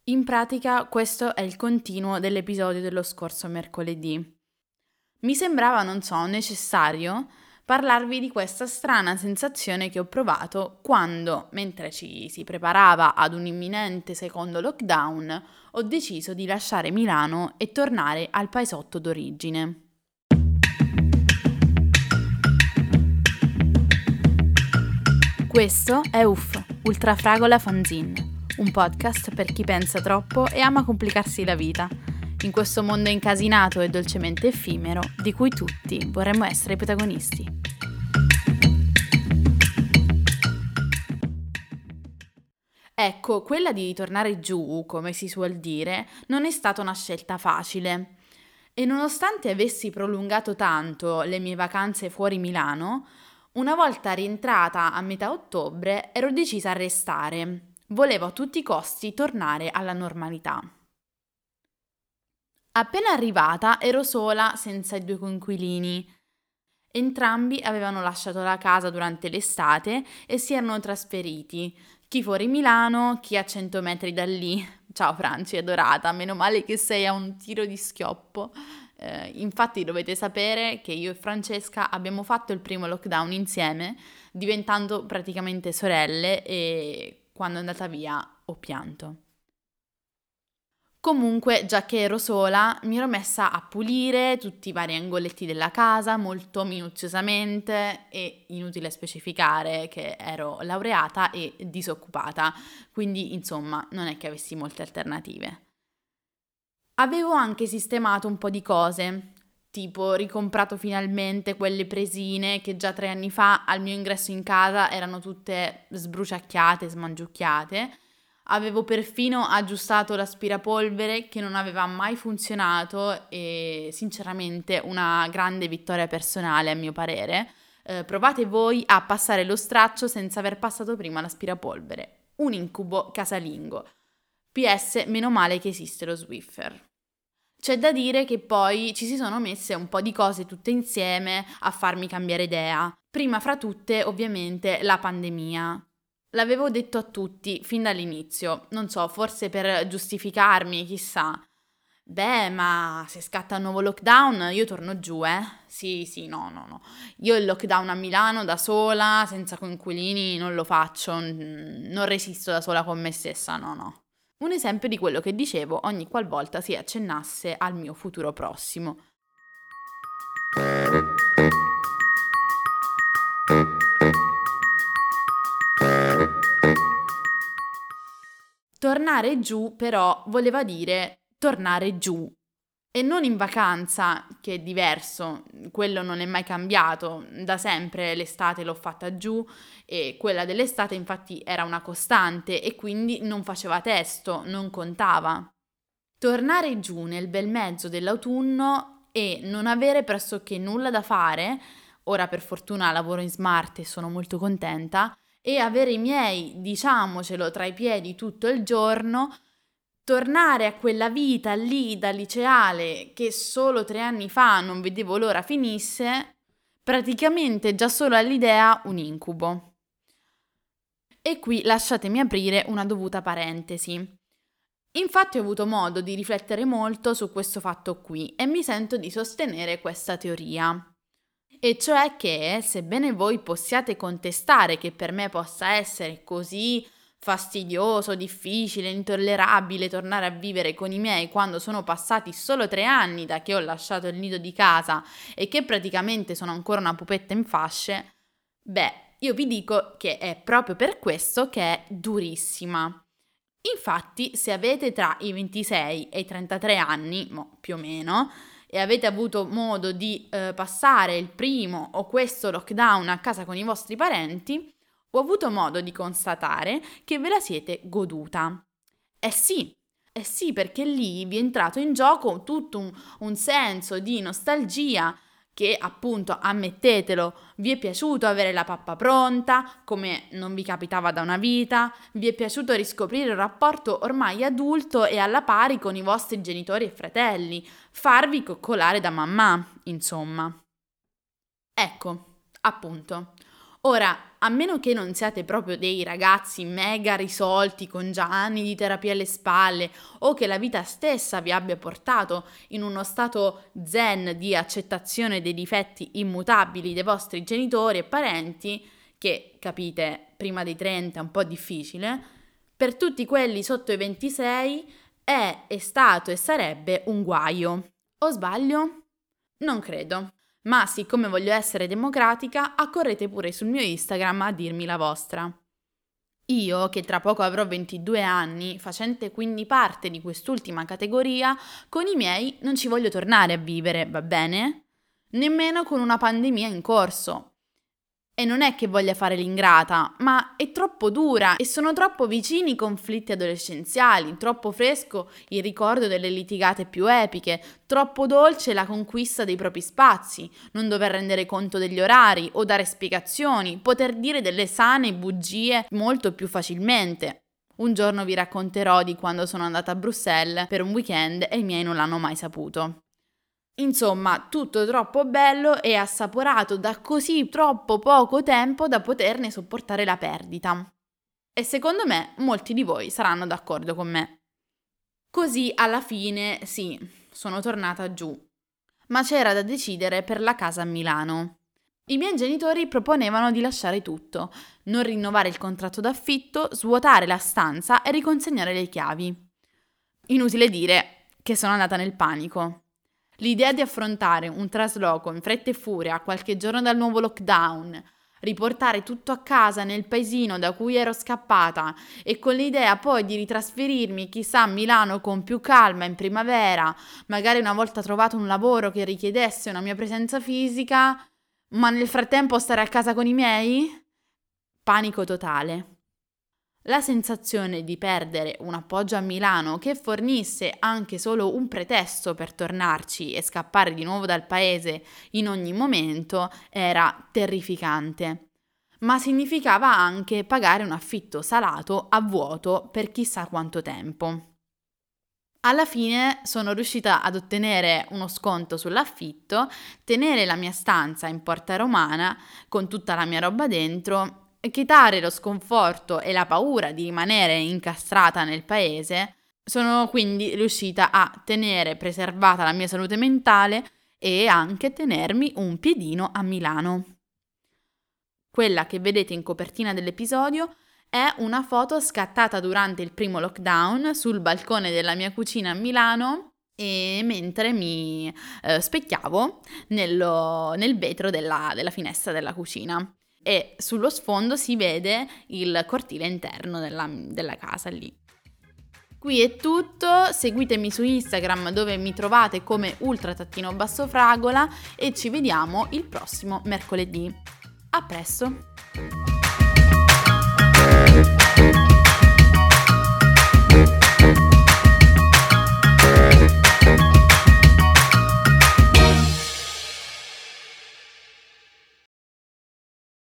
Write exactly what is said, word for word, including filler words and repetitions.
In pratica questo è il continuo dell'episodio dello scorso mercoledì. Mi sembrava, non so, necessario parlarvi di questa strana sensazione che ho provato quando, mentre ci si preparava ad un imminente secondo lockdown, ho deciso di lasciare Milano e tornare al paesotto d'origine. Questo è U F, Ultrafragola Fanzine, un podcast per chi pensa troppo e ama complicarsi la vita, in questo mondo incasinato e dolcemente effimero di cui tutti vorremmo essere i protagonisti. Ecco, quella di tornare giù, come si suol dire, non è stata una scelta facile. E nonostante avessi prolungato tanto le mie vacanze fuori Milano, una volta rientrata a metà ottobre ero decisa a restare. Volevo a tutti i costi tornare alla normalità. Appena arrivata ero sola senza i due coinquilini. Entrambi avevano lasciato la casa durante l'estate e si erano trasferiti, chi fuori Milano, chi a cento metri da lì. Ciao Franci, adorata, meno male che sei a un tiro di schioppo. Eh, infatti dovete sapere che io e Francesca abbiamo fatto il primo lockdown insieme, diventando praticamente sorelle, e quando è andata via ho pianto. Comunque, già che ero sola, mi ero messa a pulire tutti i vari angoletti della casa molto minuziosamente e inutile specificare che ero laureata e disoccupata, quindi insomma non è che avessi molte alternative. Avevo anche sistemato un po' di cose, tipo ricomprato finalmente quelle presine che già tre anni fa al mio ingresso in casa erano tutte sbruciacchiate, smangiucchiate. Avevo perfino aggiustato l'aspirapolvere che non aveva mai funzionato e sinceramente una grande vittoria personale a mio parere. Eh, provate voi a passare lo straccio senza aver passato prima l'aspirapolvere. Un incubo casalingo. P S, meno male che esiste lo Swiffer. C'è da dire che poi ci si sono messe un po' di cose tutte insieme a farmi cambiare idea. Prima fra tutte, ovviamente, la pandemia. L'avevo detto a tutti fin dall'inizio, non so, forse per giustificarmi, chissà. Beh, ma se scatta un nuovo lockdown io torno giù, eh? Sì, sì, no, no, no. Io il lockdown a Milano da sola, senza coinquilini, non lo faccio, n- non resisto da sola con me stessa, no, no. Un esempio di quello che dicevo ogni qualvolta si accennasse al mio futuro prossimo. Tornare giù, però, voleva dire tornare giù. E non in vacanza, che è diverso, quello non è mai cambiato, da sempre l'estate l'ho fatta giù e quella dell'estate infatti era una costante e quindi non faceva testo, non contava. Tornare giù nel bel mezzo dell'autunno e non avere pressoché nulla da fare, ora per fortuna lavoro in smart e sono molto contenta, e avere i miei, diciamocelo, tra i piedi tutto il giorno, tornare a quella vita lì da liceale che solo tre anni fa non vedevo l'ora finisse, praticamente già solo all'idea un incubo. E qui lasciatemi aprire una dovuta parentesi. Infatti ho avuto modo di riflettere molto su questo fatto qui e mi sento di sostenere questa teoria. E cioè che, sebbene voi possiate contestare che per me possa essere così fastidioso, difficile, intollerabile tornare a vivere con i miei quando sono passati solo tre anni da che ho lasciato il nido di casa e che praticamente sono ancora una pupetta in fasce, beh, io vi dico che è proprio per questo che è durissima. Infatti, se avete tra i ventisei e i trentatré anni, mo, più o meno, e avete avuto modo di eh, passare il primo o questo lockdown a casa con i vostri parenti, ho avuto modo di constatare che ve la siete goduta. Eh sì, eh sì, perché lì vi è entrato in gioco tutto un, un senso di nostalgia che appunto, ammettetelo, vi è piaciuto avere la pappa pronta, come non vi capitava da una vita, vi è piaciuto riscoprire un rapporto ormai adulto e alla pari con i vostri genitori e fratelli, farvi coccolare da mamma, insomma. Ecco, appunto. Ora, a meno che non siate proprio dei ragazzi mega risolti con già anni di terapia alle spalle o che la vita stessa vi abbia portato in uno stato zen di accettazione dei difetti immutabili dei vostri genitori e parenti, che capite prima dei trenta è un po' difficile, per tutti quelli sotto i ventisei è, è stato e sarebbe un guaio. O sbaglio? Non credo. Ma siccome voglio essere democratica, accorrete pure sul mio Instagram a dirmi la vostra. Io, che tra poco avrò ventidue anni, facente quindi parte di quest'ultima categoria, con i miei non ci voglio tornare a vivere, va bene? Nemmeno con una pandemia in corso. E non è che voglia fare l'ingrata, ma è troppo dura e sono troppo vicini i conflitti adolescenziali, troppo fresco il ricordo delle litigate più epiche, troppo dolce la conquista dei propri spazi, non dover rendere conto degli orari o dare spiegazioni, poter dire delle sane bugie molto più facilmente. Un giorno vi racconterò di quando sono andata a Bruxelles per un weekend e i miei non l'hanno mai saputo. Insomma, tutto troppo bello e assaporato da così troppo poco tempo da poterne sopportare la perdita. E secondo me molti di voi saranno d'accordo con me. Così alla fine, sì, sono tornata giù. Ma c'era da decidere per la casa a Milano. I miei genitori proponevano di lasciare tutto, non rinnovare il contratto d'affitto, svuotare la stanza e riconsegnare le chiavi. Inutile dire che sono andata nel panico. L'idea di affrontare un trasloco in fretta e furia a qualche giorno dal nuovo lockdown, riportare tutto a casa nel paesino da cui ero scappata e con l'idea poi di ritrasferirmi chissà a Milano con più calma in primavera, magari una volta trovato un lavoro che richiedesse una mia presenza fisica, ma nel frattempo stare a casa con i miei? Panico totale. La sensazione di perdere un appoggio a Milano che fornisse anche solo un pretesto per tornarci e scappare di nuovo dal paese in ogni momento era terrificante. Ma significava anche pagare un affitto salato a vuoto per chissà quanto tempo. Alla fine sono riuscita ad ottenere uno sconto sull'affitto, tenere la mia stanza in Porta Romana con tutta la mia roba dentro, evitare lo sconforto e la paura di rimanere incastrata nel paese. Sono quindi riuscita a tenere preservata la mia salute mentale e anche tenermi un piedino a Milano. Quella che vedete in copertina dell'episodio è una foto scattata durante il primo lockdown sul balcone della mia cucina a Milano e mentre mi eh, specchiavo nello, nel vetro della, della finestra della cucina. E sullo sfondo si vede il cortile interno della, della casa lì. Qui è tutto, seguitemi su Instagram dove mi trovate come ultra-basso fragola e ci vediamo il prossimo mercoledì. A presto!